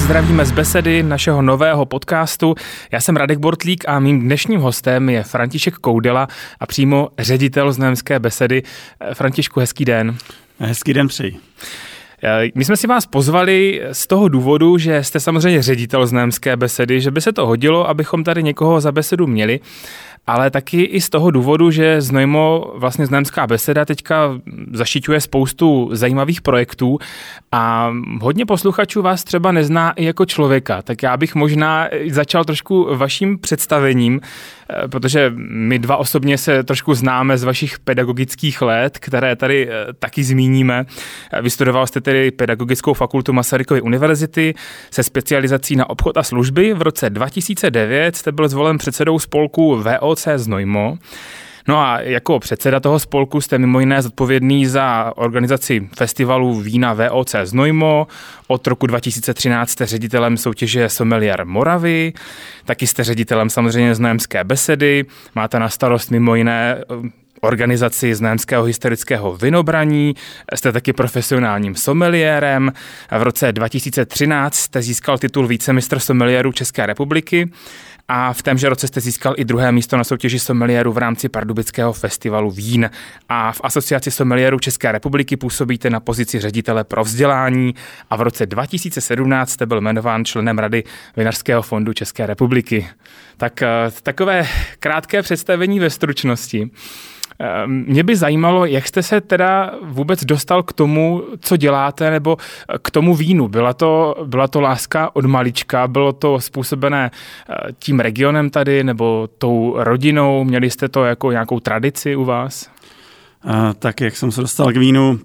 zdravíme z besedy našeho nového podcastu. Já jsem Radek Bortlík a mým dnešním hostem je František Koudela a přímo ředitel Znojemské besedy. Františku, hezký den. Hezký den přeji. My jsme si vás pozvali z toho důvodu, že jste samozřejmě ředitel Znojemské besedy, že by se to hodilo, abychom tady někoho za besedu měli, ale taky i z toho důvodu, že Znojmo, vlastně Znojemská beseda teďka zaštiťuje spoustu zajímavých projektů a hodně posluchačů vás třeba nezná i jako člověka, tak já bych možná začal trošku vaším představením, protože my dva osobně se trošku známe z vašich pedagogických let, které tady taky zmíníme. Vystudoval jste tedy Pedagogickou fakultu Masarykovy univerzity se specializací na obchod a služby. V roce 2009 jste byl zvolen předsedou spolku VOC Znojmo. No a jako předseda toho spolku jste mimo jiné zodpovědný za organizaci festivalu vína VOC Znojmo. Od roku 2013 jste ředitelem soutěže Sommelier Moravy, taky jste ředitelem samozřejmě Znojemské besedy, máte na starost mimo jiné organizaci Znojemského historického vinobraní, jste taky profesionálním sommeliérem. V roce 2013 jste získal titul vícemistr sommeliérů České republiky a v témže roce jste získal i druhé místo na soutěži sommeliérů v rámci Pardubického festivalu vín. A v Asociaci sommeliérů České republiky působíte na pozici ředitele pro vzdělání a v roce 2017 jste byl jmenován členem Rady Vinařského fondu České republiky. Tak takové krátké představení ve stručnosti. Mě by zajímalo, jak jste se teda vůbec dostal k tomu, co děláte, nebo k tomu vínu. Byla to láska od malička, bylo to způsobené tím regionem tady, nebo tou rodinou? Měli jste to jako nějakou tradici u vás? Tak jak jsem se dostal k vínu,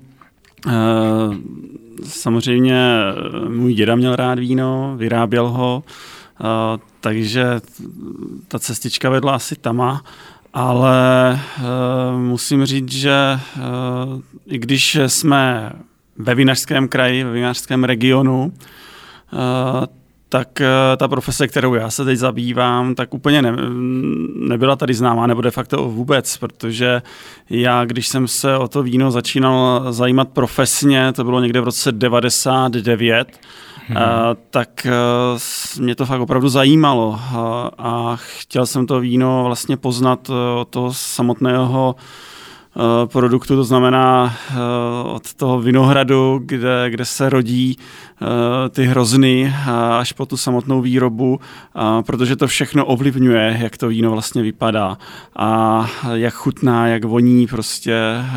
samozřejmě můj děda měl rád víno, vyráběl ho, takže ta cestička vedla asi tama. Ale musím říct, že i když jsme ve vinařském kraji, ve vinařském regionu, tak ta profese, kterou já se teď zabývám, tak úplně nebyla tady známá, nebo de facto vůbec, protože já, když jsem se o to víno začínal zajímat profesně, to bylo někde v roce 99, tak mě to fakt opravdu zajímalo a chtěl jsem to víno vlastně poznat od toho samotného produktu, to znamená od toho vinohradu, kde se rodí ty hrozny až po tu samotnou výrobu, protože to všechno ovlivňuje, jak to víno vlastně vypadá a jak chutná, jak voní, prostě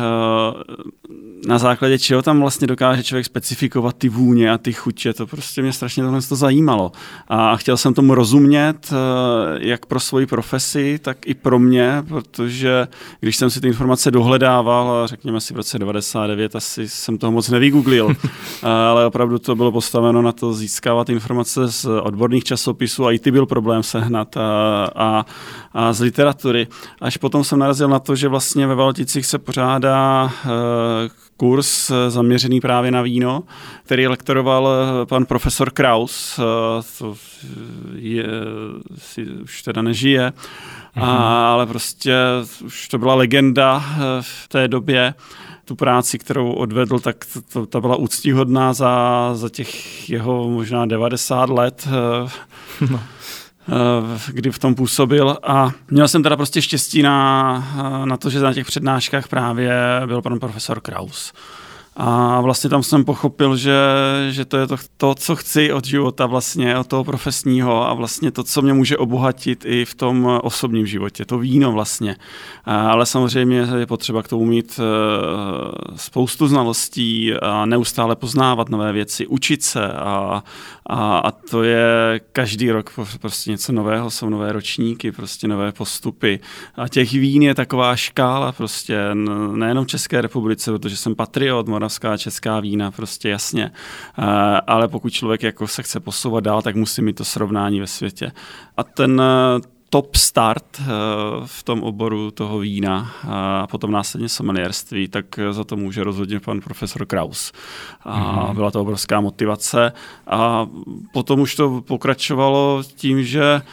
na základě čeho tam vlastně dokáže člověk specifikovat ty vůně a ty chutě, to prostě mě strašně tohle zajímalo. A chtěl jsem tomu rozumět, jak pro svoji profesi, tak i pro mě, protože když jsem si ty informace dohledával, řekněme si v roce 99, asi jsem toho moc nevygooglil, ale opravdu to bylo postaveno na to získávat informace z odborných časopisů a i ty byl problém sehnat a z literatury. Až potom jsem narazil na to, že vlastně ve Valticích se pořádá kurz zaměřený právě na víno, který lektoroval pan profesor Kraus, už teda nežije, ale prostě už to byla legenda v té době. Tu práci, kterou odvedl, tak ta byla úctíhodná za těch jeho možná 90 let, kdy v tom působil a měl jsem teda prostě štěstí na to, že na těch přednáškách právě byl pan profesor Kraus. A vlastně tam jsem pochopil, že to je to, co chci od života vlastně, od toho profesního a vlastně to, co mě může obohatit i v tom osobním životě, to víno vlastně. Ale samozřejmě je potřeba k tomu mít spoustu znalostí a neustále poznávat nové věci, učit se a to je každý rok prostě něco nového, jsou nové ročníky, prostě nové postupy. A těch vín je taková škála prostě, nejenom v České republice, protože jsem patriot, moravská a česká vína, prostě jasně. Ale pokud člověk jako se chce posouvat dál, tak musí mít to srovnání ve světě. A ten top start v tom oboru toho vína a potom následně sommelierství, tak za to může rozhodně pan profesor Kraus. A byla to obrovská motivace a potom už to pokračovalo tím, že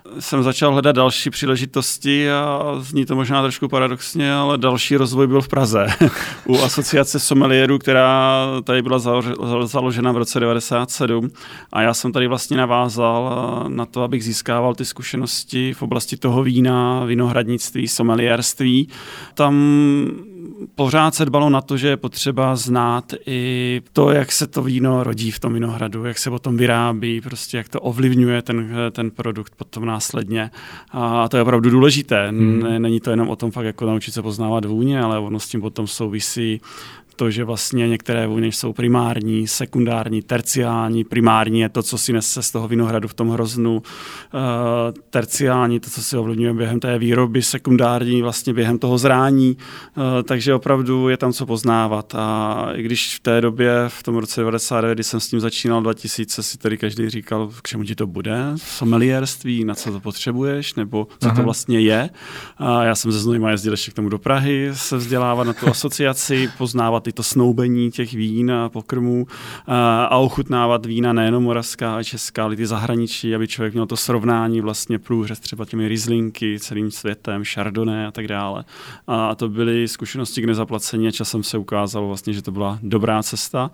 jsem začal hledat další příležitosti a zní to možná trošku paradoxně, ale další rozvoj byl v Praze. U asociace sommeliérů, která tady byla založena v roce 1997 a já jsem tady vlastně navázal na to, abych získával ty zkušenosti v oblasti toho vína, vinohradnictví, someliérství. Tam pořád se dbalo na to, že je potřeba znát i to, jak se to víno rodí v tom vinohradu, jak se potom vyrábí, prostě jak to ovlivňuje ten produkt potom následně. A to je opravdu důležité. Není to jenom o tom fakt jako naučit se poznávat vůně, ale ono s tím potom souvisí to, že vlastně některé vůně jsou primární, sekundární, terciální. Primární je to, co si nese z toho vinohradu v tom hroznu. Terciální, to, co si ovlivňuje během té výroby. Sekundární vlastně během toho zrání. Takže opravdu je tam co poznávat. A i když v té době, v tom roce 1999, kdy jsem s tím začínal 2000, si tady každý říkal, k čemu ti to bude? Someliérství, na co to potřebuješ? Nebo co to vlastně je? A já jsem ze Znojma jezdil ještě k tomu do Prahy se vzdělávat na tu asociaci, poznávat i to snoubení těch vín a pokrmů a ochutnávat vína nejenom moravská a česká, ale ty zahraničí, aby člověk měl to srovnání vlastně průřez třeba těmi Rieslinky, celým světem, Chardonnay a tak dále. A to byly zkušenosti k nezaplacení a časem se ukázalo vlastně, že to byla dobrá cesta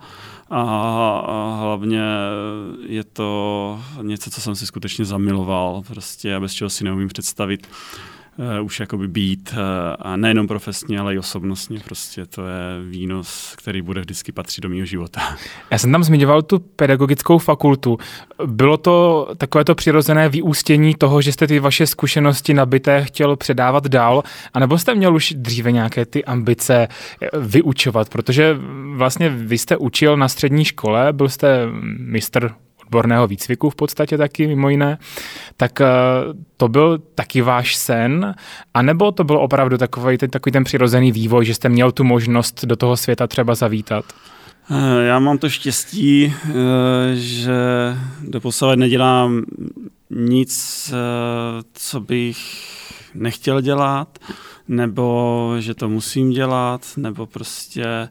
a hlavně je to něco, co jsem si skutečně zamiloval prostě a bez čeho si neumím představit už jakoby být a nejenom profesně, ale i osobnostně. Prostě to je víno, který bude vždycky patřit do mého života. Já jsem tam zmiňoval tu pedagogickou fakultu. Bylo to takovéto přirozené vyústění toho, že jste ty vaše zkušenosti nabité chtěl předávat dál, anebo jste měl už dříve nějaké ty ambice vyučovat, protože vlastně vy jste učil na střední škole, byl jste mistr odborného výcviku v podstatě taky mimo jiné, tak to byl taky váš sen, anebo to byl opravdu takový ten přirozený vývoj, že jste měl tu možnost do toho světa třeba zavítat? Já mám to štěstí, že doposavad nedělám nic, co bych nechtěl dělat, nebo že to musím dělat, nebo prostě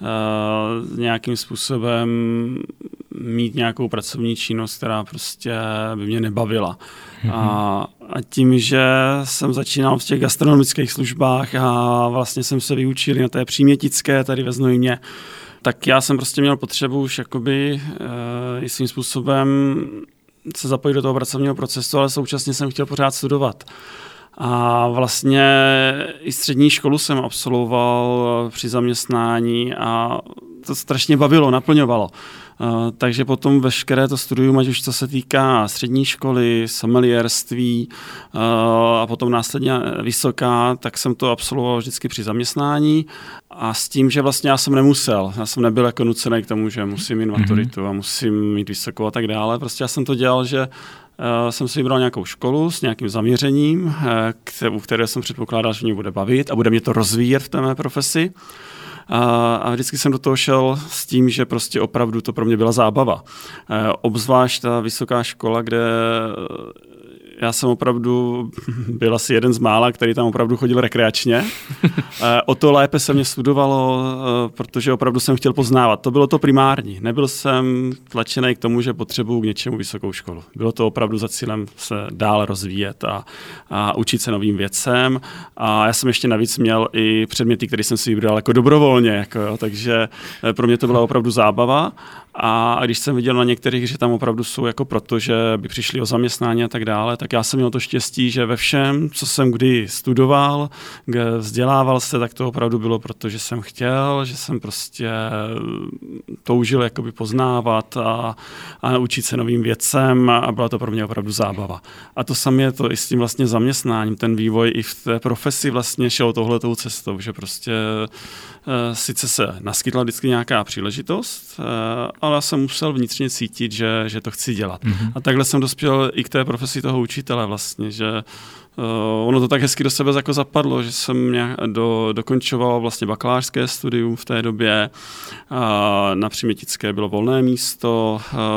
nějakým způsobem mít nějakou pracovní činnost, která prostě by mě nebavila. A tím, že jsem začínal v těch gastronomických službách a vlastně jsem se vyučil na té přímětické tady ve Znojmě, tak já jsem prostě měl potřebu už jakoby svým způsobem se zapojit do toho pracovního procesu, ale současně jsem chtěl pořád studovat. A vlastně i střední školu jsem absolvoval při zaměstnání a to strašně bavilo, naplňovalo. Takže potom veškeré to studium, ať už co se týká střední školy, someliérství a potom následně vysoká, tak jsem to absolvoval vždycky při zaměstnání a s tím, že vlastně já jsem nemusel. Já jsem nebyl jako nucený k tomu, že musím mít maturitu a musím mít vysokou a tak dále. Prostě já jsem to dělal, že jsem si vybral nějakou školu s nějakým zaměřením, u které jsem předpokládal, že mě bude bavit a bude mě to rozvíjet v té mé profesi. A vždycky jsem do toho šel s tím, že prostě opravdu to pro mě byla zábava. Obzvlášť ta vysoká škola, kde já jsem opravdu byl asi jeden z mála, který tam opravdu chodil rekreačně. O to lépe se mě studovalo, protože opravdu jsem chtěl poznávat. To bylo to primární. Nebyl jsem tlačený k tomu, že potřebuju k něčemu vysokou školu. Bylo to opravdu za cílem se dál rozvíjet a učit se novým věcem. A já jsem ještě navíc měl i předměty, které jsem si vybral jako dobrovolně. Takže pro mě to byla opravdu zábava. A když jsem viděl na některých, že tam opravdu jsou jako proto, že by přišli o zaměstnání a tak dále, tak já jsem měl to štěstí, že ve všem, co jsem kdy studoval, vzdělával se, tak to opravdu bylo proto, že jsem chtěl, že jsem prostě toužil jakoby poznávat a učit se novým věcem a byla to pro mě opravdu zábava. A to samé je to i s tím vlastně zaměstnáním, ten vývoj i v té profesi vlastně šel touhletou cestou, že prostě sice se naskytla vždycky nějaká příležitost, ale já jsem musel vnitřně cítit, že to chci dělat. A takhle jsem dospěl i k té profesi toho učitele vlastně, že ono to tak hezky do sebe jako zapadlo, že jsem dokončoval vlastně bakalářské studium v té době, na Přímětické bylo volné místo,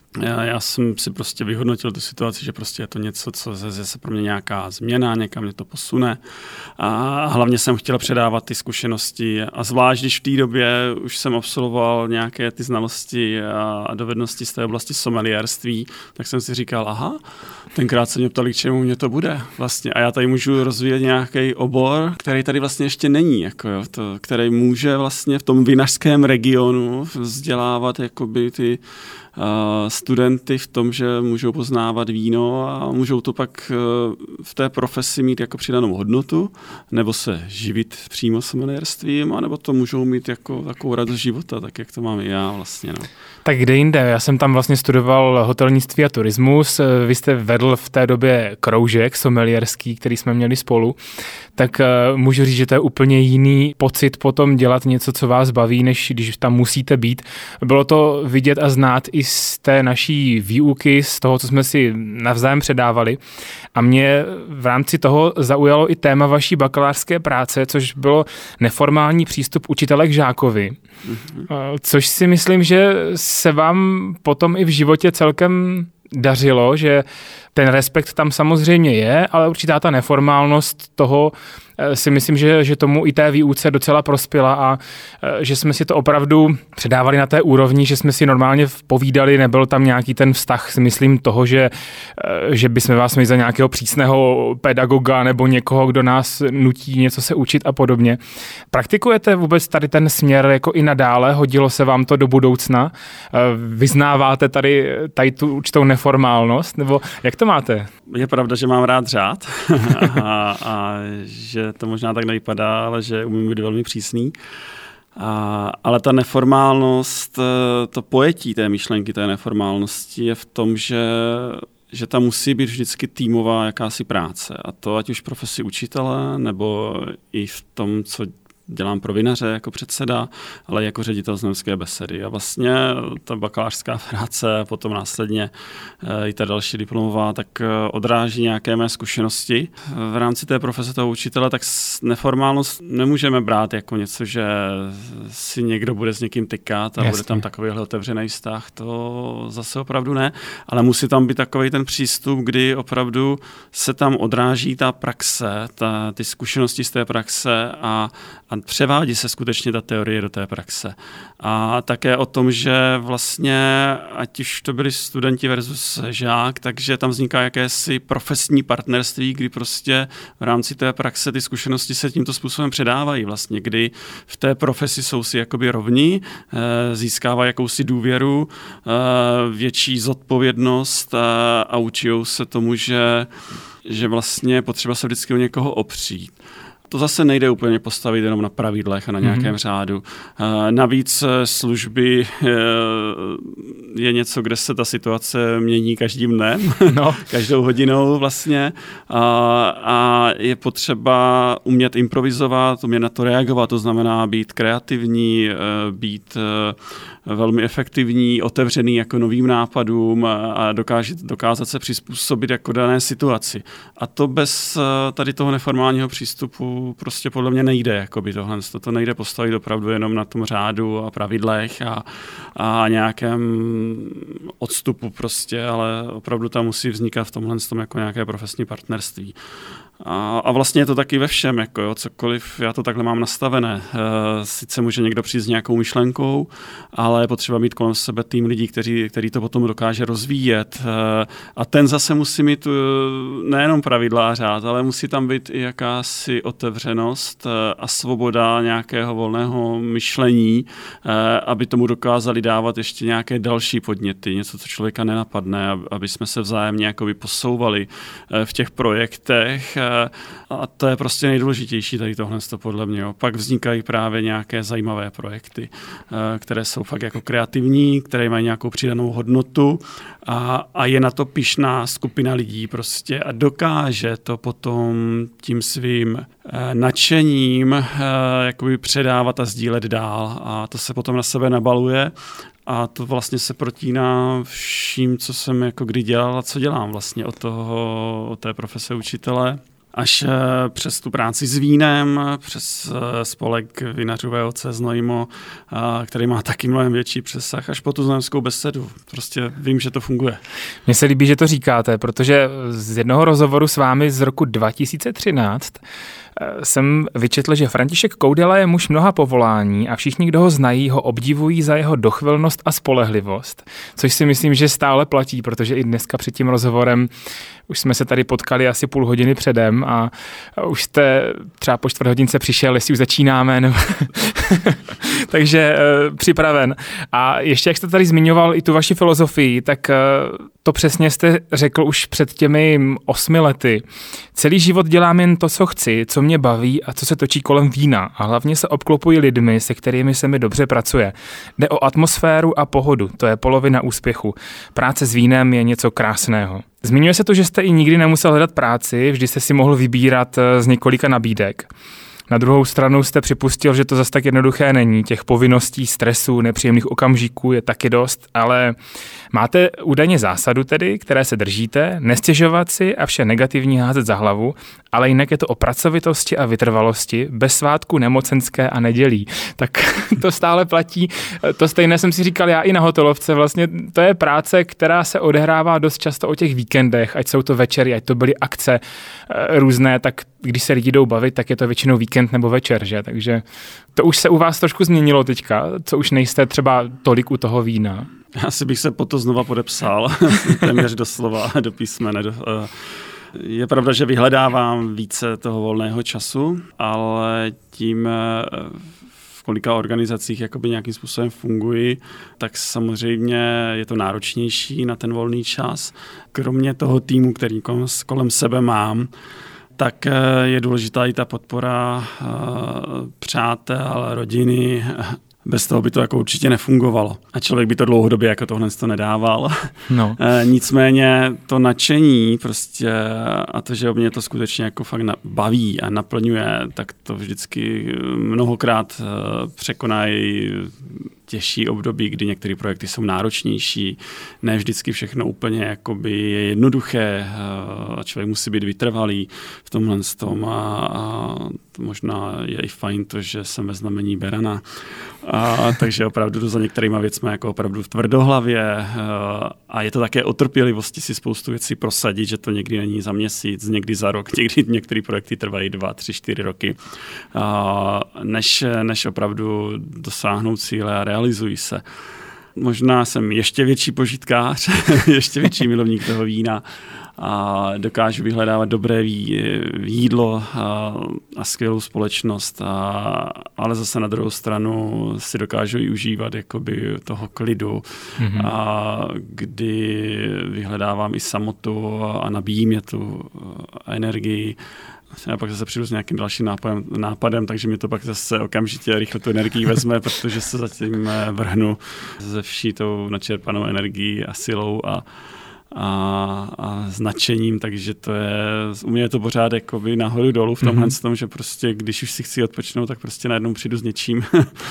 Já jsem si prostě vyhodnotil tu situaci, že prostě je to něco, co zase pro mě nějaká změna, někam mě to posune. A hlavně jsem chtěl předávat ty zkušenosti. A zvlášť, když v té době už jsem absolvoval nějaké ty znalosti a dovednosti z té oblasti sommeliérství, tak jsem si říkal, aha, tenkrát se mě ptali, k čemu mě to bude vlastně. A já tady můžu rozvíjet nějaký obor, který tady vlastně ještě není, jako jo, který může vlastně v tom vinařském regionu vzdělávat jakoby ty studenty v tom, že můžou poznávat víno a můžou to pak v té profesi mít jako přidanou hodnotu, nebo se živit přímo sommelierstvím, anebo to můžou mít jako takovou radost života, tak jak to mám i já vlastně. No. Tak kde jinde? Já jsem tam vlastně studoval hotelnictví a turismus. Vy jste vedl v té době kroužek sommelierský, který jsme měli spolu. Tak můžu říct, že to je úplně jiný pocit potom dělat něco, co vás baví, než když tam musíte být. Bylo to vidět a znát i z té naší výuky, z toho, co jsme si navzájem předávali. A mě v rámci toho zaujalo i téma vaší bakalářské práce, což bylo neformální přístup učitele k žákovi. Což si myslím, že se vám potom i v životě celkem dařilo, že ten respekt tam samozřejmě je, ale určitá ta neformálnost toho si myslím, že tomu i té výuce docela prospěla a že jsme si to opravdu předávali na té úrovni, že jsme si normálně povídali, nebyl tam nějaký ten vztah, si myslím toho, že bychom vás měli za nějakého přísného pedagoga nebo někoho, kdo nás nutí něco se učit a podobně. Praktikujete vůbec tady ten směr jako i nadále? Hodilo se vám to do budoucna? Vyznáváte tady tu určitou neformálnost? Nebo jak to máte? Je pravda, že mám rád řád a že to možná tak nevypadá, ale že umím být velmi přísný. Ale ta neformálnost, to pojetí té myšlenky, té neformálnosti je v tom, že tam musí být vždycky týmová jakási práce. A to ať už profesi učitele, nebo i v tom, co dělám pro vinaře jako předseda, ale jako ředitel znojemské besedy. A vlastně ta bakalářská práce a potom následně i ta další diplomová, tak odráží nějaké mé zkušenosti. V rámci té profese toho učitele tak neformálnost nemůžeme brát jako něco, že si někdo bude s někým tykat a bude tam takovýhle otevřený vztah. To zase opravdu ne, ale musí tam být takový ten přístup, kdy opravdu se tam odráží ta praxe, ty zkušenosti z té praxe a převádí se skutečně ta teorie do té praxe. A také o tom, že vlastně, ať už to byli studenti versus žák, takže tam vzniká jakési profesní partnerství, kdy prostě v rámci té praxe ty zkušenosti se tímto způsobem předávají vlastně, kdy v té profesi jsou si jakoby rovní, získávají jakousi důvěru, větší zodpovědnost a učí se tomu, že vlastně je potřeba se vždycky o někoho opřít. To zase nejde úplně postavit jenom na pravidlech a na nějakém řádu. Navíc služby je něco, kde se ta situace mění každým dnem, každou hodinou vlastně a je potřeba umět improvizovat, umět na to reagovat, to znamená být kreativní, být velmi efektivní, otevřený jako novým nápadům a dokázat se přizpůsobit jako dané situaci. A to bez tady toho neformálního přístupu prostě podle mě nejde. Jakoby tohle. To nejde postavit opravdu jenom na tom řádu a pravidlech a nějakém odstupu prostě, ale opravdu tam musí vznikat v tomhle jako nějaké profesní partnerství. A vlastně je to taky ve všem, jako jo, cokoliv, já to takhle mám nastavené. Sice může někdo přijít s nějakou myšlenkou, ale je potřeba mít kolem sebe tým lidí, který to potom dokáže rozvíjet. A ten zase musí mít nejenom pravidla a řád, ale musí tam být i jakási otevřenost a svoboda nějakého volného myšlení, aby tomu dokázali dávat ještě nějaké další podněty, něco, co člověka nenapadne, aby jsme se vzájemně jakoby posouvali v těch projektech. A to je prostě nejdůležitější tady tohle podle mě. Pak vznikají právě nějaké zajímavé projekty, které jsou fakt jako kreativní, které mají nějakou přidanou hodnotu a je na to pyšná skupina lidí prostě a dokáže to potom tím svým nadšením jakoby předávat a sdílet dál a to se potom na sebe nabaluje. A to vlastně se protíná vším, co jsem jako kdy dělal a co dělám vlastně od té profese učitele. až přes tu práci s vínem, přes spolek vinařů VOC Znojmo, který má taky mnohem větší přesah, až po tu znojemskou besedu. Prostě vím, že to funguje. Mně se líbí, že to říkáte, protože z jednoho rozhovoru s vámi z roku 2013 jsem vyčetl, že František Koudela je muž mnoha povolání a všichni, kdo ho znají, ho obdivují za jeho dochvilnost a spolehlivost, což si myslím, že stále platí, protože i dneska před tím rozhovorem už jsme se tady potkali asi půl hodiny předem a už jste třeba po 4 hodince přišel, jestli už začínáme, nebo takže připraven. A ještě jak jste tady zmiňoval i tu vaši filozofii, tak to přesně jste řekl už před těmi 8 lety. Celý život dělám jen to, co chci, co mě baví a co se točí kolem vína. A hlavně se obklopuji lidmi, se kterými se mi dobře pracuje. Jde o atmosféru a pohodu, to je polovina úspěchu. Práce s vínem je něco krásného. Zmiňuje se to, že jste i nikdy nemusel hledat práci, vždy jste si mohl vybírat z několika nabídek. Na druhou stranu jste připustil, že to zas tak jednoduché není. Těch povinností, stresu, nepříjemných okamžiků je taky dost, ale máte údajně zásadu tedy, které se držíte, nestěžovat si a vše negativní házet za hlavu, ale jinak je to o pracovitosti a vytrvalosti, bez svátku, nemocenské a nedělí. Tak to stále platí. To stejné jsem si říkal já i na hotelovce. Vlastně to je práce, která se odehrává dost často o těch víkendech, ať jsou to večery, ať to byly akce různé, tak když se lidi jdou bavit, tak je to většinou víkend nebo večer, že? Takže to už se u vás trošku změnilo teďka, co už nejste třeba tolik u toho vína. Asi bych se po to znova podepsal, téměř doslova, do písmene. Je pravda, že vyhledávám více toho volného času, ale tím v kolika organizacích jakoby nějakým způsobem fungují, tak samozřejmě je to náročnější na ten volný čas. Kromě toho týmu, který kolem sebe mám, tak je důležitá i ta podpora přátel, rodiny. Bez toho by to jako určitě nefungovalo. A člověk by to dlouhodobě jako tohle nedával. No. Nicméně to nadšení prostě a to, že mě to skutečně jako fakt baví a naplňuje, tak to vždycky mnohokrát překonají těžší období, kdy některé projekty jsou náročnější, ne vždycky všechno úplně jakoby je jednoduché a člověk musí být vytrvalý v tomhle tom a možná je i fajn to, že jsem ve znamení berana. Takže opravdu za některýma věcmi jako opravdu v tvrdohlavě a je to také o trpělivosti si spoustu věcí prosadit, že to někdy není za měsíc, někdy za rok, někdy některé projekty trvají 2, 3, 4 roky, než opravdu dosáhnou cíle a realizují se. Možná jsem ještě větší požitkář, ještě větší milovník toho vína a dokážu vyhledávat dobré jídlo a skvělou společnost, ale zase na druhou stranu si dokážu i užívat jakoby toho klidu, kdy vyhledávám i samotu a nabíjí mě tu energii. Já pak zase přijdu s nějakým dalším nápadem, takže mi to pak zase okamžitě rychle tu energii vezme, protože se zatím vrhnu se vší tou načerpanou energií a silou a značením, takže to je, u mě je to pořád jakoby nahoru dolů v tomhle tom, že prostě, když už si chci odpočinout, tak prostě najednou přijdu s něčím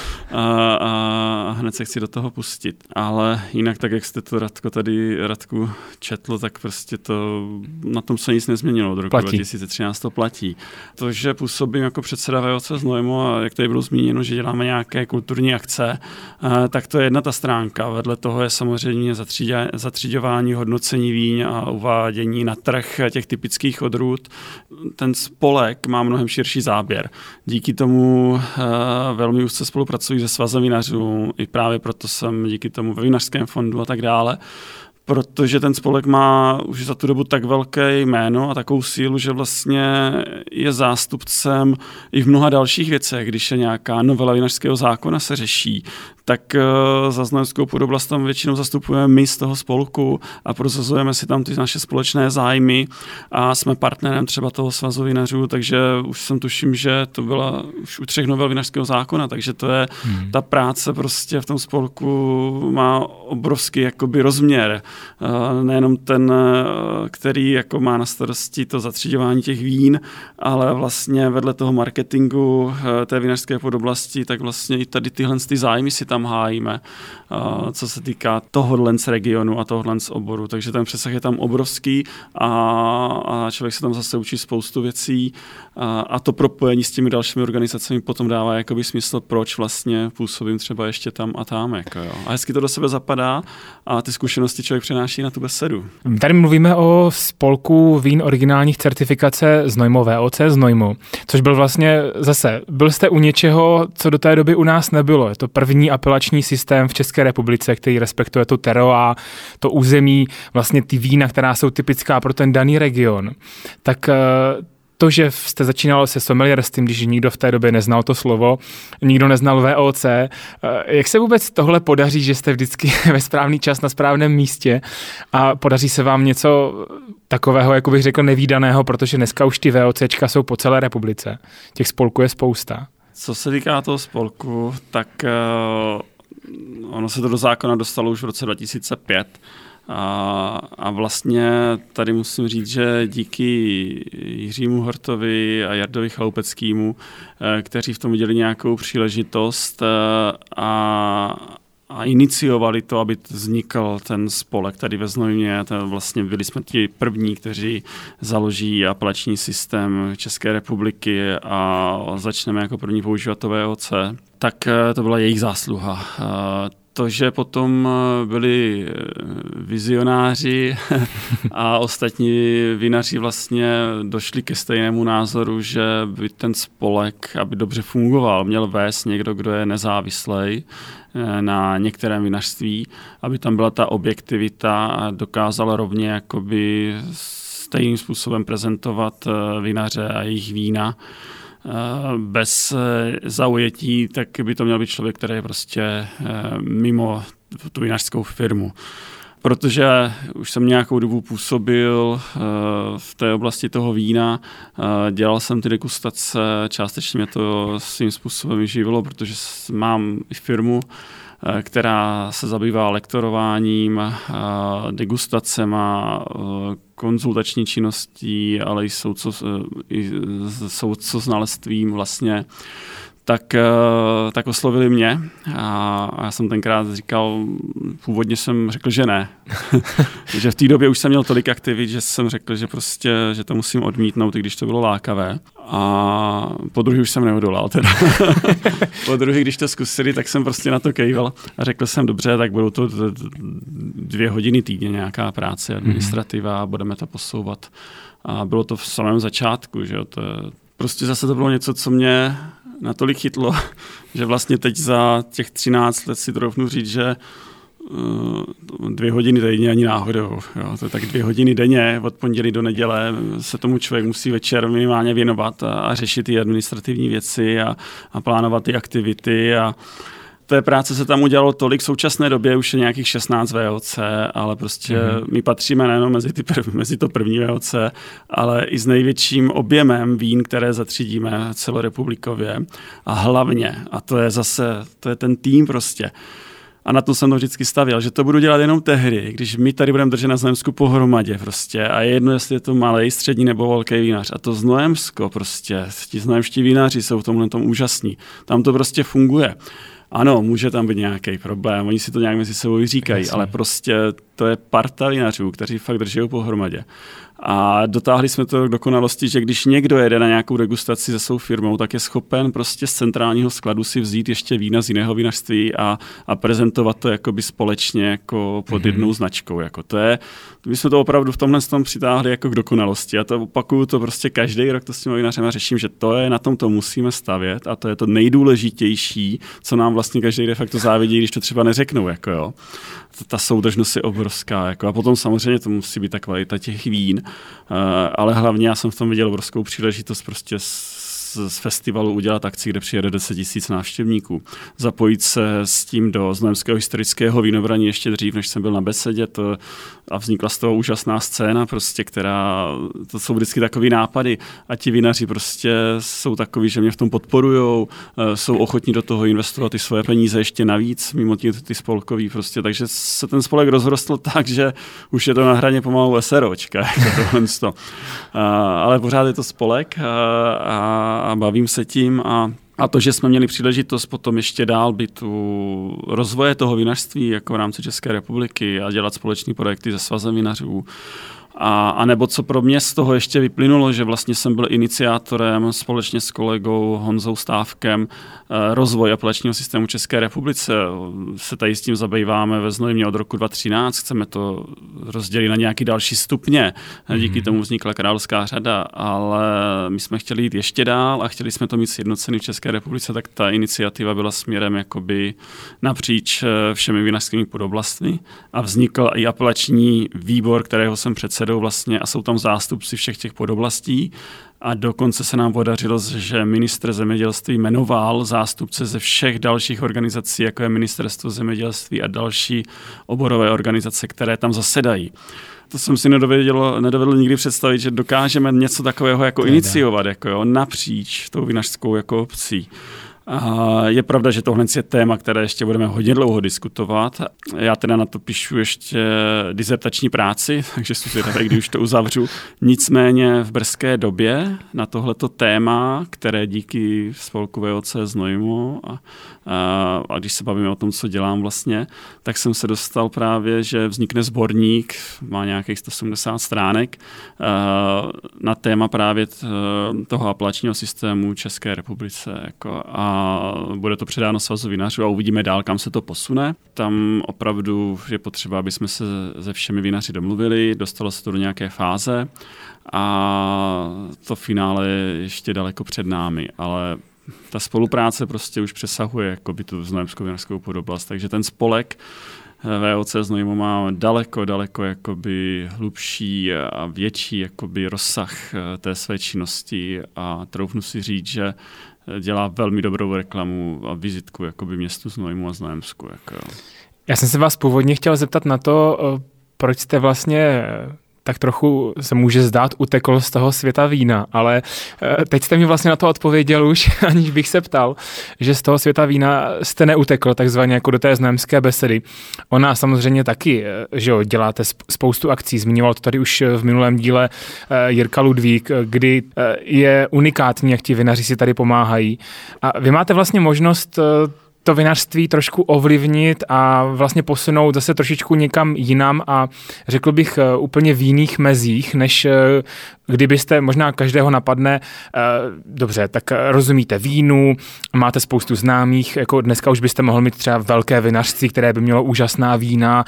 a hned se chci do toho pustit. Ale jinak tak, jak jste to Radku četl, tak prostě to na tom se nic nezměnilo. Do roku 2013 to platí. To, že působím jako předseda VOC Znojmo a jak tady bylo zmíněno, že děláme nějaké kulturní akce, tak to je jedna ta stránka. Vedle toho je samozřejmě zatříďování hodnocení víň a uvádění na trh těch typických odrůd. Ten spolek má mnohem širší záběr. Díky tomu velmi úzce spolupracuji se Svazem vinařů, i právě proto jsem díky tomu ve Vinařském fondu a tak dále, protože ten spolek má už za tu dobu tak velké jméno a takovou sílu, že vlastně je zástupcem i v mnoha dalších věcech. Když je nějaká novela vinařského zákona se řeší, tak za znojemskou podoblast tam většinou zastupujeme my z toho spolku a prosazujeme si tam ty naše společné zájmy a jsme partnerem třeba toho Svazu vinařů, takže už jsem tuším, že to byla už u 3 novel vinařského zákona, takže to je ta práce prostě v tom spolku má obrovský jakoby rozměr. Nejenom ten, který jako má na starosti to zatříďování těch vín, ale vlastně vedle toho marketingu té vinařské podoblasti, tak vlastně i tady tyhle zájmy si tam tam hájíme, co se týká tohohle z regionu a tohohle z oboru. Takže ten přesah je tam obrovský a člověk se tam zase učí spoustu věcí a to propojení s těmi dalšími organizacemi potom dává jakoby smysl, proč vlastně působím třeba ještě tam a tam. Jako jo. A hezky to do sebe zapadá a ty zkušenosti člověk přenáší na tu besedu. Tady mluvíme o spolku vín originálních certifikace Znojmo VOC Znojmo, což byl vlastně zase, byl jste u něčeho, co do té doby u nás nebylo. Je to první apelační systém v České republice, který respektuje to terroir, to území, vlastně ty vína, která jsou typická pro ten daný region. Tak to, že jste začínal se sommelierstvím, když nikdo v té době neznal to slovo, nikdo neznal VOC, jak se vůbec tohle podaří, že jste vždycky ve správný čas na správném místě a podaří se vám něco takového, jako bych řekl, nevídaného, protože dneska už ty VOCčka jsou po celé republice. Těch spolků je spousta. Co se týká toho spolku, tak ono se to do zákona dostalo už v roce 2005. A vlastně tady musím říct, že díky Jiřímu Hortovi a Jardovi Chaloupeckýmu, kteří v tom viděli nějakou příležitost a iniciovali to, aby vznikl ten spolek tady ve Znojmě. Vlastně byli jsme ti první, kteří založí apelační systém České republiky a začneme jako první používat to VOC. Tak to byla jejich zásluha. To, že potom byli vizionáři a ostatní vinaři vlastně došli ke stejnému názoru, že by ten spolek, aby dobře fungoval, měl vést někdo, kdo je nezávislý na některém vinařství, aby tam byla ta objektivita a dokázala rovně jakoby stejným způsobem prezentovat vinaře a jejich vína. Bez zaujetí, tak by to měl být člověk, který je prostě mimo tu vinařskou firmu. Protože už jsem nějakou dobu působil v té oblasti toho vína, dělal jsem ty degustace, částečně mě to svým způsobem živilo, protože mám i firmu, která se zabývá lektorováním, degustacema, konzultační činností, ale i soudcoznalstvím vlastně, tak oslovili mě a já jsem tenkrát říkal, původně jsem řekl, že ne. Že v té době už jsem měl tolik aktivit, že jsem řekl, že prostě, že to musím odmítnout, i když to bylo lákavé. A po druhý už jsem neodolal teda. Po druhý, když to zkusili, tak jsem prostě na to kejval a řekl jsem, dobře, tak budou to 2 hodiny týdně nějaká práce, administrativa, budeme to posouvat. A bylo to v samém začátku, že jo, prostě zase to bylo něco, co mě natolik chytlo, že vlastně teď za těch 13 let si troufnu říct, že 2 hodiny denně ani náhodou. Jo. To je tak 2 hodiny denně, od pondělí do neděle se tomu člověk musí večer minimálně věnovat a řešit ty administrativní věci a plánovat ty aktivity a té práce se tam udělalo tolik, v současné době už je nějakých 16 VOC, ale prostě my patříme nejenom mezi to první VOC, ale i s největším objemem vín, které zatřídíme celorepublikově a hlavně, a to je ten tým prostě. A na to jsem to vždycky stavěl, že to budu dělat jenom tehdy, když my tady budeme držet na Znojemsku pohromadě prostě a je jedno, jestli je to malý, střední nebo velký vínař. A to Znojemsko prostě, ti znojemští vínaři jsou v tomhle tom úžasní. Tam to prostě funguje. Ano, může tam být nějaký problém, oni si to nějak mezi sebou říkají, ale prostě to je parta vinařů, kteří fakt drží pohromadě. A dotáhli jsme to k dokonalosti, že když někdo jede na nějakou degustaci se svou firmou, tak je schopen prostě z centrálního skladu si vzít ještě vína z jiného vinařství a prezentovat to jakoby společně jako pod jednou značkou. Jako my jsme to opravdu v tomhle tom přitáhli jako k dokonalosti. A to opakuju to prostě každý rok to s těmi vinařem a řeším, že to je, na tom to musíme stavět a to je to nejdůležitější, co nám vlastně každý de facto závidí, když to třeba neřeknou. Jako jo. Ta soudržnost je obrovská. Jako. A potom samozřejmě to musí být ta kvalita těch vín, ale hlavně já jsem v tom viděl obrovskou příležitost prostě z festivalu udělat akci, kde přijede 10 000 návštěvníků. Zapojit se s tím do Znojemského historického vínobraní ještě dřív, než jsem byl na besedě a vznikla z toho úžasná scéna, prostě, to jsou vždycky takový nápady a ti vinaři prostě jsou takový, že mě v tom podporujou, jsou ochotní do toho investovat ty svoje peníze ještě navíc, mimo ty spolkový prostě, takže se ten spolek rozrostl tak, že už je to na hraně pomalu SROčka, jako tohle. Ale pořád je to spolek a bavím se tím a A to, že jsme měli příležitost potom ještě dál být u rozvoje toho vinařství jako v rámci České republiky a dělat společné projekty se Svazem vinařů. A nebo co pro mě z toho ještě vyplynulo, že vlastně jsem byl iniciátorem společně s kolegou Honzou Stávkem rozvoj apelačního systému České republice. Se tady s tím zabýváme ve Znojmě od roku 2013, chceme to rozdělit na nějaký další stupně. Díky tomu vznikla Královská řada, ale my jsme chtěli jít ještě dál a chtěli jsme to mít sjednocený v České republice, tak ta iniciativa byla směrem jakoby napříč všemi vinařskými podoblastmi a vznikl i apelační výbor, kterého jsem předsedou vlastně a jsou tam zástupci všech těch podoblastí. A dokonce se nám podařilo, že ministr zemědělství jmenoval zástupce ze všech dalších organizací, jako je Ministerstvo zemědělství a další oborové organizace, které tam zasedají. To jsem si nedovedl nikdy představit, že dokážeme něco takového jako iniciovat jako napříč tou vinařskou jako obcí. A je pravda, že tohle je téma, které ještě budeme hodně dlouho diskutovat. Já teda na to píšu ještě dizertační práci, takže jsem zvědavý, když už to uzavřu. Nicméně v brzké době na tohleto téma, které díky spolku VOC Znojmo a když se bavíme o tom, co dělám vlastně, tak jsem se dostal právě, že vznikne sborník, má nějakých 170 stránek, na téma právě toho apelačního systému České republice. Jako, a bude to předáno Svazu vinařů a uvidíme dál, kam se to posune. Tam opravdu je potřeba, aby jsme se se všemi vinaři domluvili, dostalo se to do nějaké fáze a to finále je ještě daleko před námi, ale ta spolupráce prostě už přesahuje jakoby tu znojemskou vinařskou podoblast, takže ten spolek VOC Znojmo má daleko jakoby hlubší a větší jakoby rozsah té své činnosti a troufnu si říct, že dělá velmi dobrou reklamu a vizitku jakoby městu Znojmu a Znojemsku. Jako. Já jsem se vás původně chtěl zeptat na to, proč jste vlastně tak trochu se může zdát, utekl z toho světa vína, ale teď jste mi vlastně na to odpověděl už, aniž bych se ptal, že z toho světa vína jste neutekl takzvaně jako do té znojemské besedy. Ona samozřejmě taky, že jo, děláte spoustu akcí, zmiňoval to tady už v minulém díle Jirka Ludvík, kdy je unikátní, jak ti vinaři si tady pomáhají. A vy máte vlastně možnost to vinařství trošku ovlivnit a vlastně posunout zase trošičku někam jinam a řekl bych úplně v jiných mezích, než kdybyste, možná každého napadne, dobře, tak rozumíte vínu, máte spoustu známých, jako dneska už byste mohl mít třeba velké vinařství, které by mělo úžasná vína,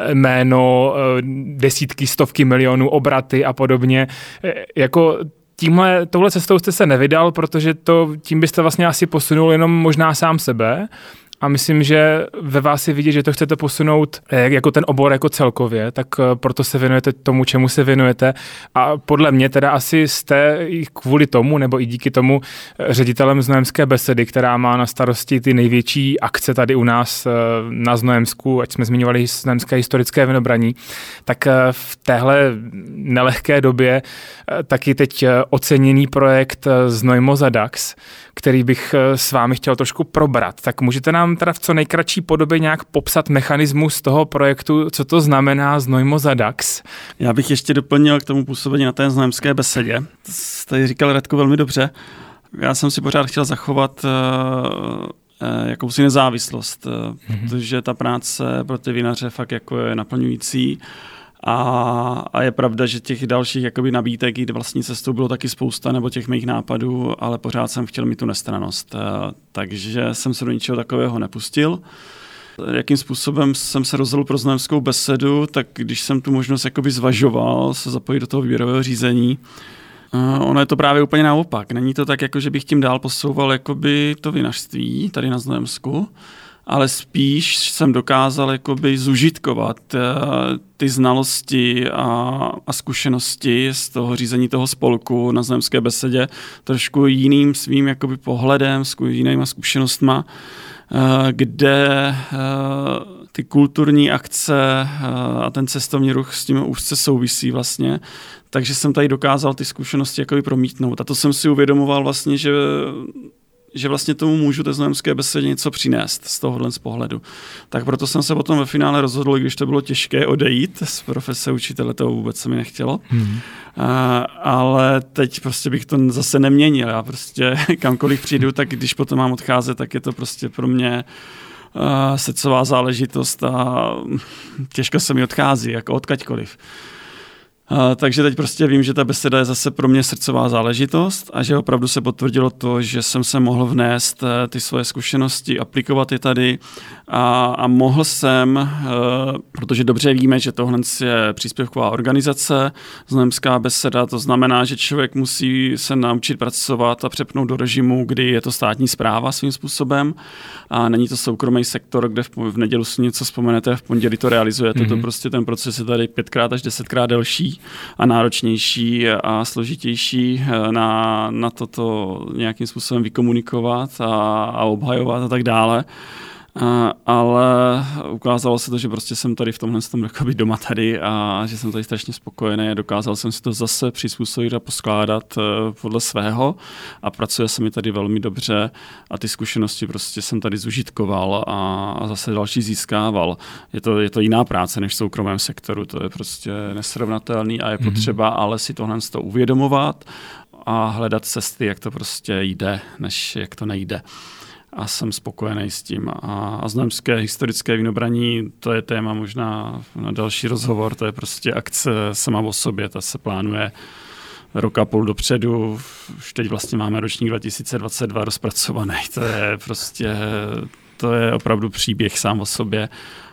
jméno, desítky, stovky milionů, obraty a podobně. Jako touhle cestou jste se nevydal, protože tím byste vlastně asi posunul jenom možná sám sebe a myslím, že ve vás je vidět, že to chcete posunout jako ten obor jako celkově, tak proto se věnujete tomu, čemu se věnujete a podle mě teda asi jste i kvůli tomu nebo i díky tomu ředitelem Znojemské besedy, která má na starosti ty největší akce tady u nás na Znojemsku, ať jsme zmiňovali Znojemské historické vinobraní, tak v téhle nelehké době taky teď oceněný projekt Znojmo za DAX, který bych s vámi chtěl trošku probrat. Tak můžete nám teda v co nejkratší podobě nějak popsat mechanismus toho projektu, co to znamená Znojmo za DAX? Já bych ještě doplnil k tomu působení na té Znojemské besedě. To jste říkal, Radku, velmi dobře. Já jsem si pořád chtěl zachovat jakousi nezávislost, protože ta práce pro ty vinaře fakt jako je naplňující. A je pravda, že těch dalších jakoby nabídek jít vlastní cestou bylo taky spousta, nebo těch mých nápadů, ale pořád jsem chtěl mít tu nestrannost. Takže jsem se do ničeho takového nepustil. Jakým způsobem jsem se rozhodl pro Znojemskou besedu, tak když jsem tu možnost jakoby zvažoval se zapojit do toho výběrového řízení, ono je to právě úplně naopak. Není to tak, jako že bych tím dál posouval jakoby to vinařství tady na Znojemsku, ale spíš jsem dokázal jakoby zužitkovat ty znalosti a zkušenosti z toho řízení toho spolku na Znojemské besedě trošku jiným svým jakoby pohledem, s jinýma zkušenostma, kde ty kulturní akce a ten cestovní ruch s tím úzce souvisí vlastně. Takže jsem tady dokázal ty zkušenosti jakoby promítnout. A to jsem si uvědomoval vlastně, že vlastně tomu můžu té Znojemské besedě něco přinést z tohohle z pohledu. Tak proto jsem se potom ve finále rozhodl, když to bylo těžké odejít z profese učitele, to vůbec se mi nechtělo. Ale ale teď prostě bych to zase neměnil. Já prostě kamkoliv přijdu, tak když potom mám odcházet, tak je to prostě pro mě srdcová záležitost a těžko se mi odchází, jako odkaďkoliv. Takže teď prostě vím, že ta beseda je zase pro mě srdcová záležitost a že opravdu se potvrdilo to, že jsem se mohl vnést ty svoje zkušenosti, aplikovat je tady a mohl jsem, protože dobře víme, že tohle je příspěvková organizace, Znojemská beseda, to znamená, že člověk musí se naučit pracovat a přepnout do režimu, kdy je to státní správa svým způsobem a není to soukromý sektor, kde v neděli si něco vzpomenete, v pondělí to realizujete, to prostě ten proces je tady 5x až 10x delší a náročnější a složitější na toto nějakým způsobem vykomunikovat a obhajovat a tak dále. Ale ukázalo se to, že prostě jsem tady v tomhle jakoby doma tady a že jsem tady strašně spokojený a dokázal jsem si to zase přizpůsobit a poskládat podle svého a pracuje se mi tady velmi dobře a ty zkušenosti prostě jsem tady zužitkoval a zase další získával. Je to jiná práce než v soukromém sektoru, to je prostě nesrovnatelný a je potřeba ale si tohle uvědomovat a hledat cesty, jak to prostě jde, než jak to nejde. A jsem spokojený s tím. A znojemské historické vínobraní, to je téma možná na další rozhovor, to je prostě akce sama o sobě, ta se plánuje rok a půl dopředu, už teď vlastně máme ročník 2022 rozpracovaný, to je opravdu příběh sám o sobě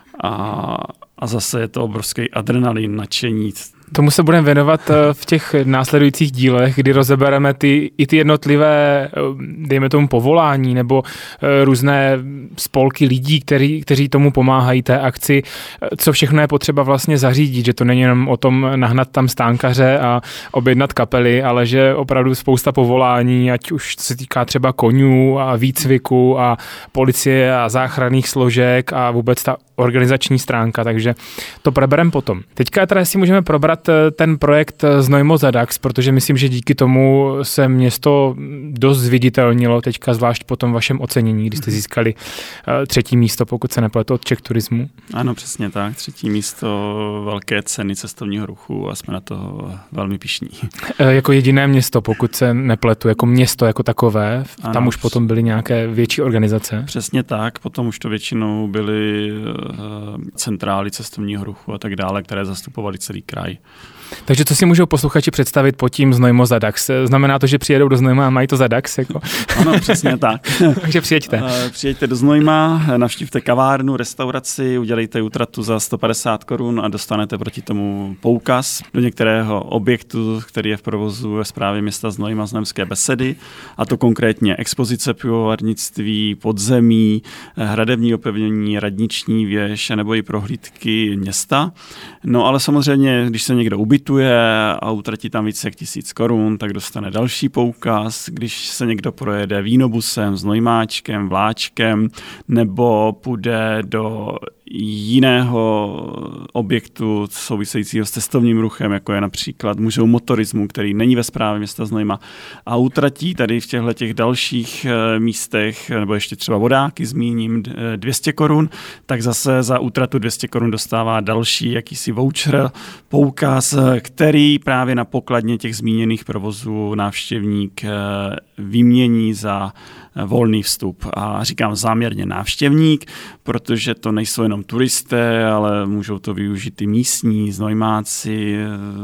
a zase je to obrovský adrenalin, nadšení. Tomu se budeme věnovat v těch následujících dílech, kdy rozebereme ty jednotlivé, dejme tomu, povolání nebo různé spolky lidí, kteří tomu pomáhají té akci, co všechno je potřeba vlastně zařídit, že to není jenom o tom nahnat tam stánkaře a objednat kapely, ale že opravdu spousta povolání, ať už se týká třeba koňů a výcviku a policie a záchranných složek a vůbec ta organizační stránka, takže to probereme potom. Teďka teda si můžeme probrat ten projekt Znojmo za DAX, protože myslím, že díky tomu se město dost zviditelnilo teďka, zvlášť po tom vašem ocenění, kdy jste získali 3. místo, pokud se nepletu, od Czech Turismu. Ano, přesně tak. 3. místo velké ceny cestovního ruchu a jsme na to velmi pyšní. Jako jediné město, pokud se nepletu, jako město jako takové, ano, tam už potom byly nějaké větší organizace. Přesně tak, potom už to většinou byly centrály cestovního ruchu a tak dále, které zastupovaly celý kraj. Takže co si můžou posluchači představit pod tím Znojmo za DAX? Znamená to, že přijedou do Znojma a mají to za DAX? Jako? Ano, přesně tak. Takže přijeďte. Přijeďte do Znojma, navštívte kavárnu, restauraci, udělejte útratu za 150 korun a dostanete proti tomu poukaz do některého objektu, který je v provozu ve správě města Znojma, Znojemské besedy, a to konkrétně expozice pivovarnictví, podzemí, hradební opevnění, radniční věž nebo i prohlídky města. No ale samozřejmě, když se někdo ubytuje a utratí tam více jak 1000 korun, tak dostane další poukaz. Když se někdo projede vínobusem, znojmáčkem, vláčkem nebo půjde do jiného objektu souvisejícího s cestovním ruchem, jako je například Muzeum motorismu, který není ve správě města Znojma, a utratí tady v těch dalších místech, nebo ještě třeba vodáky zmíním, 200 korun, tak zase za útratu 200 korun dostává další jakýsi voucher, poukaz, který právě na pokladně těch zmíněných provozů návštěvník vymění za volný vstup. A říkám záměrně návštěvník, protože to nejsou jenom turisté, ale můžou to využít i místní znojmáci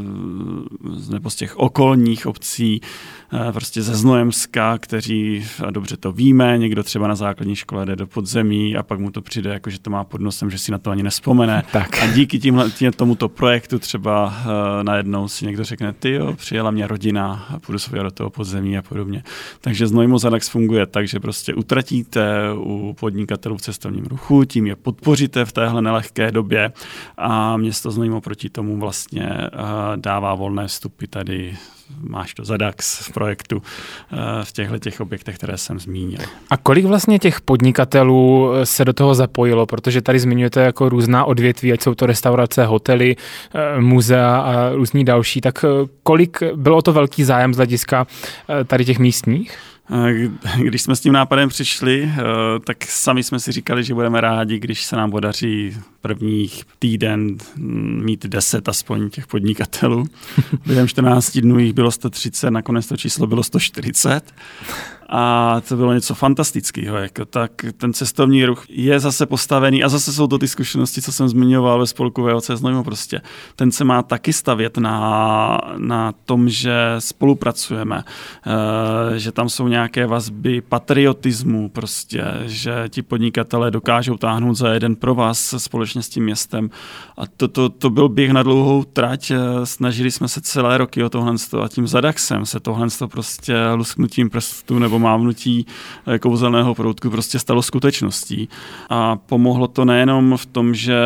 nebo z těch okolních obcí, prostě ze Znojemska, kteří, a dobře to víme, někdo třeba na základní škole jde do podzemí a pak mu to přijde, jako že to má pod nosem, že si na to ani nevzpomene. Tak. A díky tomuto projektu třeba najednou si někdo řekne, tyjo, přijela mě rodina a půjdu se do toho podzemí a podobně. Takže Znojmo za DAX funguje tak, že prostě utratíte u podnikatelů v cestovním ruchu, tím je podpoříte v téhle nelehké době a město Znojmo proti tomu vlastně dává volné vstupy tady. Máš to za DAX v projektu v těchto objektech, které jsem zmínil. A kolik vlastně těch podnikatelů se do toho zapojilo? Protože tady zmiňujete jako různá odvětví, ať jsou to restaurace, hotely, muzea a různí další. Tak kolik bylo to velký zájem z hlediska tady těch místních? Když jsme s tím nápadem přišli, tak sami jsme si říkali, že budeme rádi, když se nám podaří prvních týden mít 10 aspoň těch podnikatelů. Během 14 dnů jich bylo 130, nakonec to číslo bylo 140. A to bylo něco fantastického. Jako tak ten cestovní ruch je zase postavený a zase jsou to ty zkušenosti, co jsem zmiňoval ve spolku VOC Znojmo prostě. Ten se má taky stavět na tom, že spolupracujeme, že tam jsou nějaké vazby patriotismu prostě, že ti podnikatelé dokážou táhnout za jeden provaz společně s tím městem. A to byl běh na dlouhou trať. Snažili jsme se celé roky o tohle a tím Zadaxem se tohle prostě lusknutím prstů nebo mávnutí kouzelného proutku prostě stalo skutečností. A pomohlo to nejenom v tom, že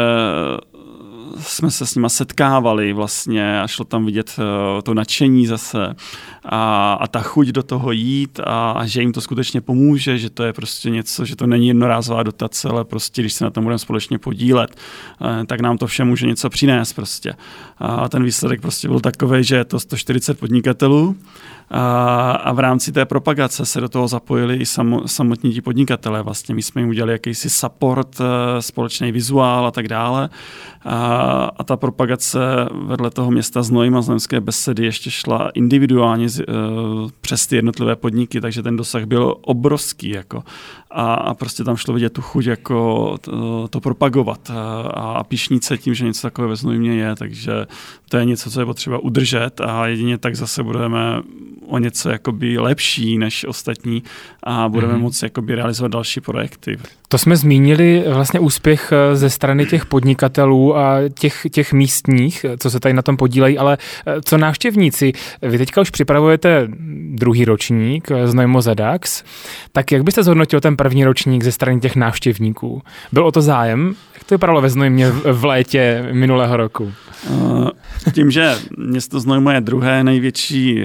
jsme se s nima setkávali vlastně a šlo tam vidět to nadšení zase a ta chuť do toho jít a že jim to skutečně pomůže, že to je prostě něco, že to není jednorázová dotace, ale prostě když se na tom budeme společně podílet, tak nám to všem může něco přinést prostě. A ten výsledek prostě byl takový, že je to 140 podnikatelů a v rámci té propagace se do toho zapojili i samotní ti podnikatelé. Vlastně my jsme jim udělali jakýsi support, společný vizuál a tak dále. A ta propagace vedle toho města Znojma, Znojmské Besedy ještě šla individuálně přes ty jednotlivé podniky, takže ten dosah byl obrovský. Jako. A prostě tam šlo vidět tu chuť jako to propagovat a pyšnit se tím, že něco takové ve Znojmě je, takže to je něco, co je potřeba udržet a jedině tak zase budeme o něco jakoby lepší než ostatní a budeme moci jakoby realizovat další projekty. To jsme zmínili vlastně úspěch ze strany těch podnikatelů a těch místních, co se tady na tom podílejí, ale co návštěvníci? Vy teďka už připravujete druhý ročník Znojmo Zadax, tak jak byste zhodnotil ten první ročník ze strany těch návštěvníků? Byl o to zájem? Jak to vypadalo ve Znojmě v létě minulého roku? Tím, že město Znojmo je druhé největší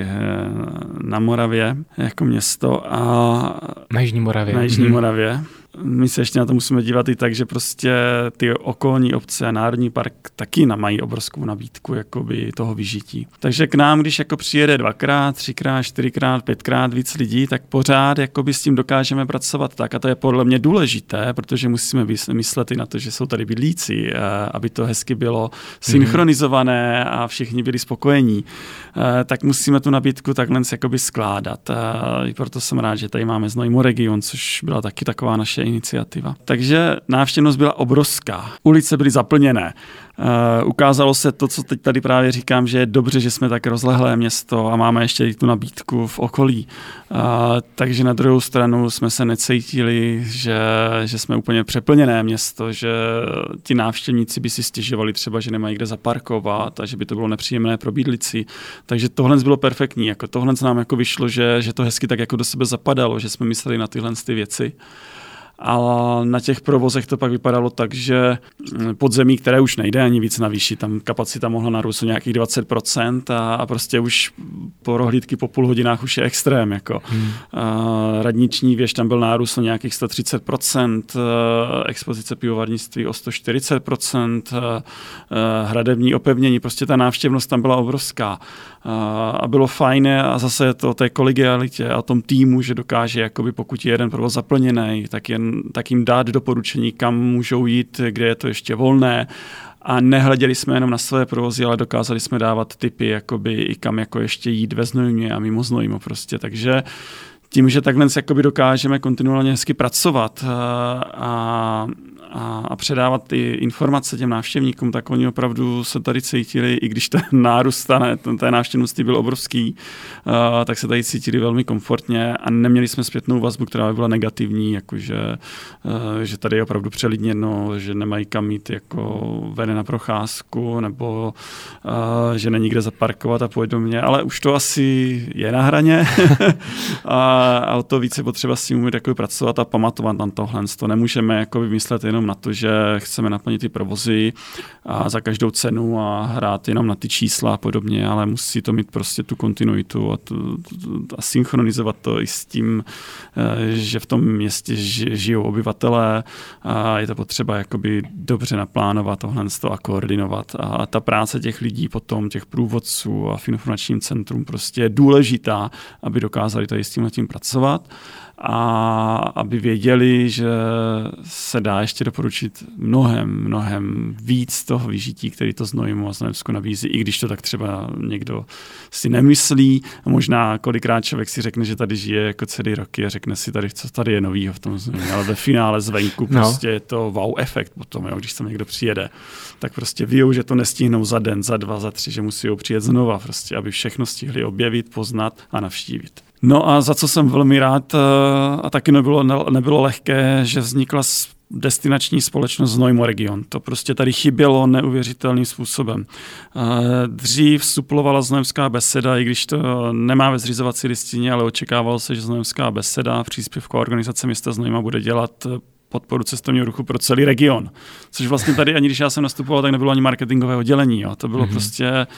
na Moravě jako město a na Jižní Moravě. Na Jižní Moravě. My se ještě na to musíme dívat i tak, že prostě ty okolní obce a Národní park taky mají obrovskou nabídku jakoby toho vyžití. Takže k nám, když jako přijede 2x, 3x, 4x, 5x víc lidí, tak pořád jakoby s tím dokážeme pracovat tak. A to je podle mě důležité, protože musíme myslet i na to, že jsou tady bydlíci, aby to hezky bylo synchronizované a všichni byli spokojení. Tak musíme tu nabídku takhle jakoby skládat. I proto jsem rád, že tady máme Znojmo region, což byla taky taková naše iniciativa. Takže návštěvnost byla obrovská. Ulice byly zaplněné. Ukázalo se to, co teď tady právě říkám, že je dobře, že jsme tak rozlehlé město a máme ještě i tu nabídku v okolí. Takže na druhou stranu jsme se necítili, že jsme úplně přeplněné město, že ti návštěvníci by si stěžovali třeba, že nemají kde zaparkovat a že by to bylo nepříjemné pro bydlici. Takže tohle bylo perfektní. Jako tohle nám jako vyšlo, že to hezky tak jako do sebe zapadalo, že jsme mysleli na tyhle ty věci. A na těch provozech to pak vypadalo tak, že podzemí, které už nejde ani víc navýšit, tam kapacita mohla narůst o nějakých 20% a prostě už po rohlídky po půl hodinách už je extrém. Jako. Radniční věž, tam byl nárůst o nějakých 130%, expozice pivovarnictví o 140%, hradební opevnění, prostě ta návštěvnost tam byla obrovská. A bylo fajné a zase je to o té kolegialitě a tom týmu, že dokáže, jakoby, pokud je jeden provoz zaplněný, tak jim dát doporučení, kam můžou jít, kde je to ještě volné. A nehleděli jsme jenom na své provozy, ale dokázali jsme dávat tipy, jakoby, i kam jako ještě jít ve Znojmě a mimo Znojmo prostě. Takže tím, že takhle jakoby dokážeme kontinuálně hezky pracovat a předávat ty informace těm návštěvníkům, tak oni opravdu se tady cítili, i když ten nárůst té návštěvnosti byl obrovský, tak se tady cítili velmi komfortně a neměli jsme zpětnou vazbu, která by byla negativní, jakože že tady je opravdu přelidněno, že nemají kam jít jako ven na procházku, nebo že není kde zaparkovat a podobně, ale už to asi je na hraně a o to více potřeba s tím umět jako pracovat a pamatovat na tohle. To nemůžeme jako vymyslet jenom na to, že chceme naplnit ty provozy a za každou cenu a hrát jenom na ty čísla a podobně, ale musí to mít prostě tu kontinuitu a synchronizovat to i s tím, že v tom městě žijou obyvatelé a je to potřeba jakoby dobře naplánovat tohle a koordinovat. A ta práce těch lidí potom, těch průvodců a v informačním centrum prostě je důležitá, aby dokázali tady s tímhletím pracovat. a aby věděli, že se dá ještě doporučit mnohem víc toho vyžití, který to Znojmo a Znojemsko nabízí, i když to tak třeba někdo si nemyslí. A možná kolikrát člověk si řekne, že tady žije jako celý roky a řekne si tady, co tady je novýho v tom Znojmě, ale ve finále zvenku prostě je to wow efekt potom, jo, když tam někdo přijede, tak prostě ví, že to nestihnou za den, za 2, za 3, že musí přijet znova, prostě, aby všechno stihli objevit, poznat a navštívit. No a za co jsem velmi rád a taky nebylo lehké, že vznikla destinační společnost Znojmo Region. To prostě tady chybělo neuvěřitelným způsobem. Dřív suplovala Znojemská beseda, i když to nemá ve zřizovací listině, ale očekávalo se, že Znojemská beseda, příspěvková organizace města Znojma, bude dělat podporu cestovního ruchu pro celý region. Což vlastně tady, ani když já jsem nastupoval, tak nebylo ani marketingové oddělení. Jo. To bylo prostě,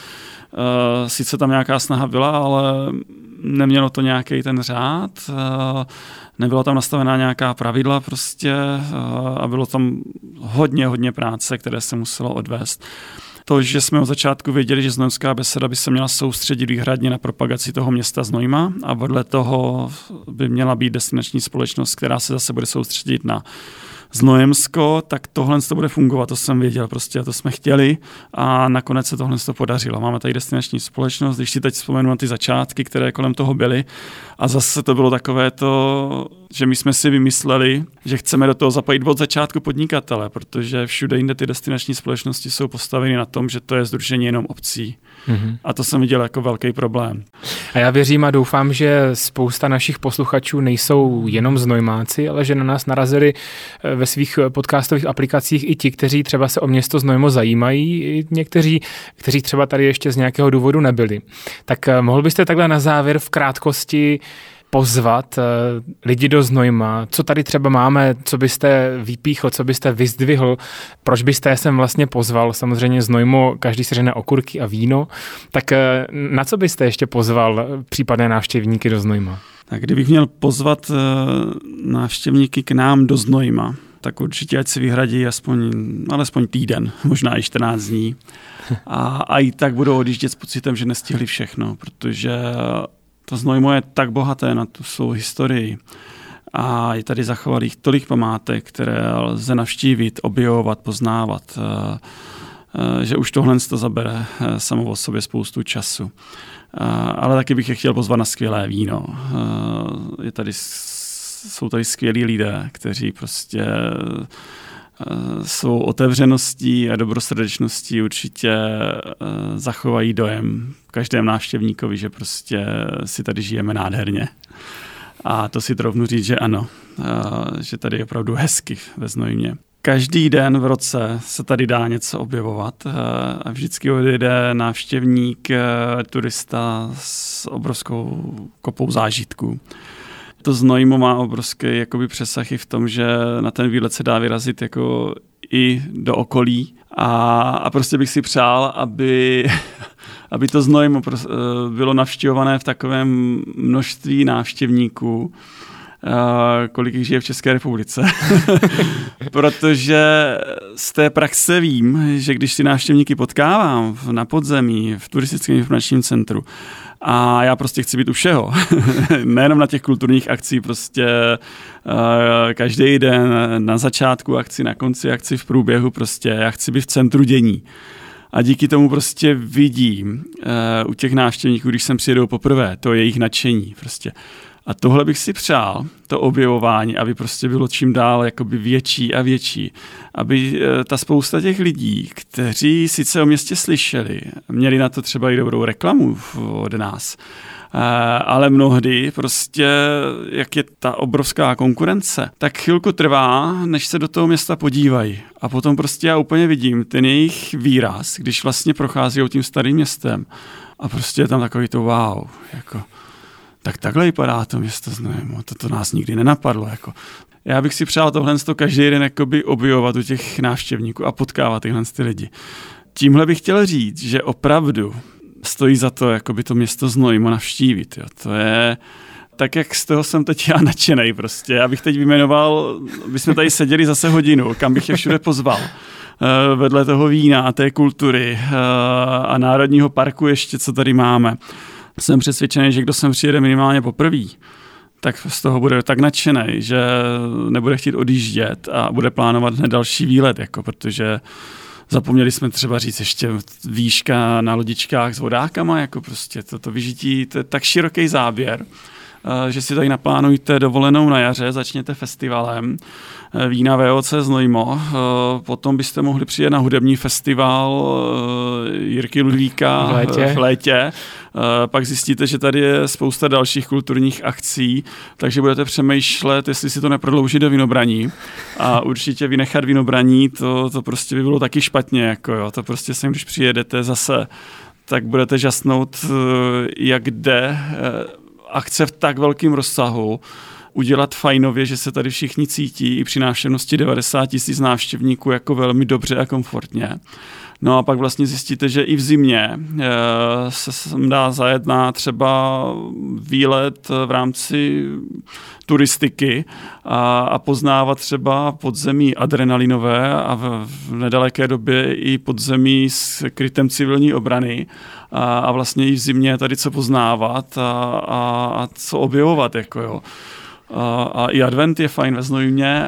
sice tam nějaká snaha byla, ale nemělo to nějaký ten řád, nebyla tam nastavená nějaká pravidla prostě a bylo tam hodně práce, které se muselo odvést. To, že jsme od začátku věděli, že Znojemská beseda by se měla soustředit výhradně na propagaci toho města Znojma a vedle toho by měla být destinační společnost, která se zase bude soustředit na Znojemsko, tak tohle to bude fungovat, to jsem věděl prostě a to jsme chtěli a nakonec se tohle to podařilo. Máme tady destinační společnost, když si teď vzpomenu na ty začátky, které kolem toho byly a zase to bylo takové to, že my jsme si vymysleli, že chceme do toho zapojit od začátku podnikatele, protože všude jinde ty destinační společnosti jsou postaveny na tom, že to je sdružení jenom obcí. A to jsem viděl jako velký problém. A já věřím a doufám, že spousta našich posluchačů nejsou jenom Znojmáci, ale že na nás narazili ve svých podcastových aplikacích i ti, kteří třeba se o město Znojmo zajímají, i někteří, kteří třeba tady ještě z nějakého důvodu nebyli. Tak mohl byste takhle na závěr v krátkosti pozvat lidi do Znojma, co tady třeba máme, co byste vypíchl, co byste vyzdvihl, proč byste je sem vlastně pozval, samozřejmě Znojmo, každý si řekne okurky a víno, tak na co byste ještě pozval případné návštěvníky do Znojma? Tak kdybych měl pozvat návštěvníky k nám do Znojma, tak určitě ať si vyhradí alespoň týden, možná i 14 dní. A i tak budou odjíždět s pocitem, že nestihli všechno, protože to Znojmo je tak bohaté na tu svou historii a je tady zachovalých tolik památek, které lze navštívit, objevovat, poznávat, že už tohle to zabere samo o sobě spoustu času. Ale taky bych je chtěl pozvat na skvělé víno. Jsou tady skvělí lidé, kteří prostě svou otevřeností a dobrosrdečností určitě zachovají dojem každém návštěvníkovi, že prostě si tady žijeme nádherně. A to si troufnu říct, že ano, že tady je opravdu hezky ve Znojmě. Každý den v roce se tady dá něco objevovat a vždycky odjede návštěvník, turista s obrovskou kopou zážitků. To Znojmo má obrovský jakoby přesah i v tom, že na ten výlet se dá vyrazit jako i do okolí a prostě bych si přál, aby to Znojmo bylo navštěvované v takovém množství návštěvníků, kolik jich žije v České republice. Protože z té praxe vím, že když si návštěvníky potkávám na podzemí, v turistickém informačním centru, a já prostě chci být u všeho. Nejenom na těch kulturních akcích, prostě každý den, na začátku akci, na konci akci, v průběhu, prostě já chci být v centru dění. A díky tomu prostě vidím u těch návštěvníků, když sem přijedou poprvé, to je jejich nadšení prostě. A tohle bych si přál, to objevování, aby prostě bylo čím dál jakoby větší a větší. Aby ta spousta těch lidí, kteří sice o městě slyšeli, měli na to třeba i dobrou reklamu od nás, ale mnohdy prostě, jak je ta obrovská konkurence, tak chvilku trvá, než se do toho města podívají. A potom prostě já úplně vidím ten jejich výraz, když vlastně prochází tím starým městem. A prostě je tam takový to wow, jako tak takhle vypadá to město Znojmo, to nás nikdy nenapadlo. Jako. Já bych si přál tohle každý den objevovat u těch návštěvníků a potkávat tyhle lidi. Tímhle bych chtěl říct, že opravdu stojí za to to město Znojmo navštívit. Jo. To je tak, jak z toho jsem teď já nadšenej prostě. Já bych teď vyjmenoval, bychom tady seděli zase hodinu, kam bych je všude pozval. Vedle toho vína a té kultury a národního parku ještě, co tady máme. Jsem přesvědčený, že kdo sem přijede minimálně poprvé, tak z toho bude tak nadšený, že nebude chtít odjíždět a bude plánovat hned další výlet, jako, protože zapomněli jsme třeba říct ještě výška na lodičkách s vodákama, jako prostě toto vyžití, to je tak široký záběr, že si tady naplánujte dovolenou na jaře, začněte festivalem vína VOC Znojmo, potom byste mohli přijet na hudební festival Jirky Ludvíka v létě. Pak zjistíte, že tady je spousta dalších kulturních akcí, takže budete přemýšlet, jestli si to neprodloužit do vinobraní. A určitě vynechat vinobraní, to prostě by bylo taky špatně. Jako jo. To prostě sem, když přijedete zase, tak budete žasnout, jak jde akce v tak velkém rozsahu udělat fajnově, že se tady všichni cítí i při návštěvnosti 90 000 návštěvníků jako velmi dobře a komfortně. No a pak vlastně zjistíte, že i v zimě se dá zajet na třeba výlet v rámci turistiky a poznávat třeba podzemí adrenalinové a v nedaleké době i podzemí s krytem civilní obrany a vlastně i v zimě tady co poznávat a co objevovat. Jako jo. A i advent je fajn ve Znojmě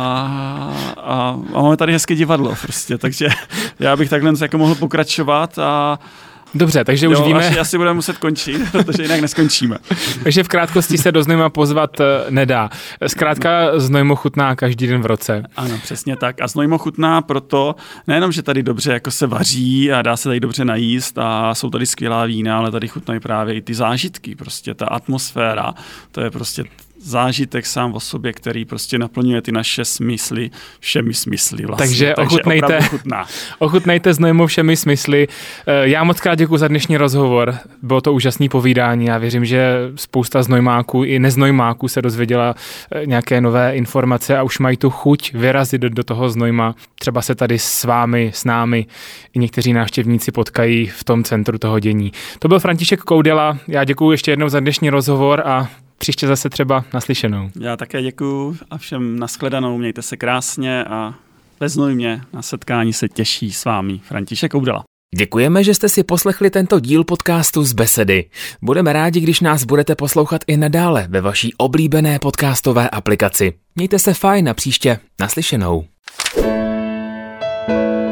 a máme tady hezké divadlo prostě, takže já bych takhle jako mohl pokračovat a dobře, takže už víme. Asi budeme muset končit, protože jinak neskončíme. Takže v krátkosti se do Znojma pozvat nedá. Zkrátka Znojmo chutná každý den v roce. Ano, přesně tak. A Znojmo chutná proto, nejenom, že tady dobře jako se vaří a dá se tady dobře najíst a jsou tady skvělá vína, ale tady chutnají právě i ty zážitky, prostě ta atmosféra, to je prostě zážitek sám o sobě, který prostě naplňuje ty naše smysly všemi smysly vlastně. Takže ochutnejte Znojmo všemi smysly. Já moc krát děkuji za dnešní rozhovor. Bylo to úžasný povídání. Já věřím, že spousta znojmáků i neznojmáků se dozvěděla nějaké nové informace a už mají tu chuť vyrazit do toho Znojma. Třeba se tady s vámi, s námi i někteří návštěvníci potkají v tom centru toho dění. To byl František Koudela. Já děkuji ještě jednou za dnešní rozhovor a příště zase třeba naslyšenou. Já také děkuju a všem nashledanou, mějte se krásně a ve Znojmě na setkání se těší s vámi František Koudela. Děkujeme, že jste si poslechli tento díl podcastu z Besedy. Budeme rádi, když nás budete poslouchat i nadále ve vaší oblíbené podcastové aplikaci. Mějte se fajn a příště naslyšenou.